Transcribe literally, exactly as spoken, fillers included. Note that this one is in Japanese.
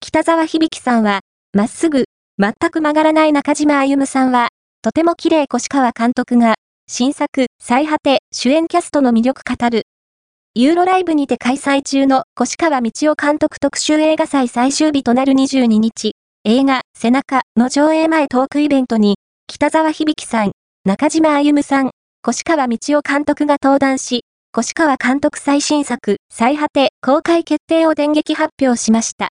北沢響さんは、まっすぐ、全く曲がらない中島歩さんは、とても綺麗越川監督が、新作、最果て、主演キャストの魅力語る。ユーロライブにて開催中の越川道夫監督特集映画祭最終日となるにじゅうににち、映画、背中の上映前トークイベントに、北沢響さん、中島歩さん、越川道夫監督が登壇し、越川監督最新作、最果て、公開決定を電撃発表しました。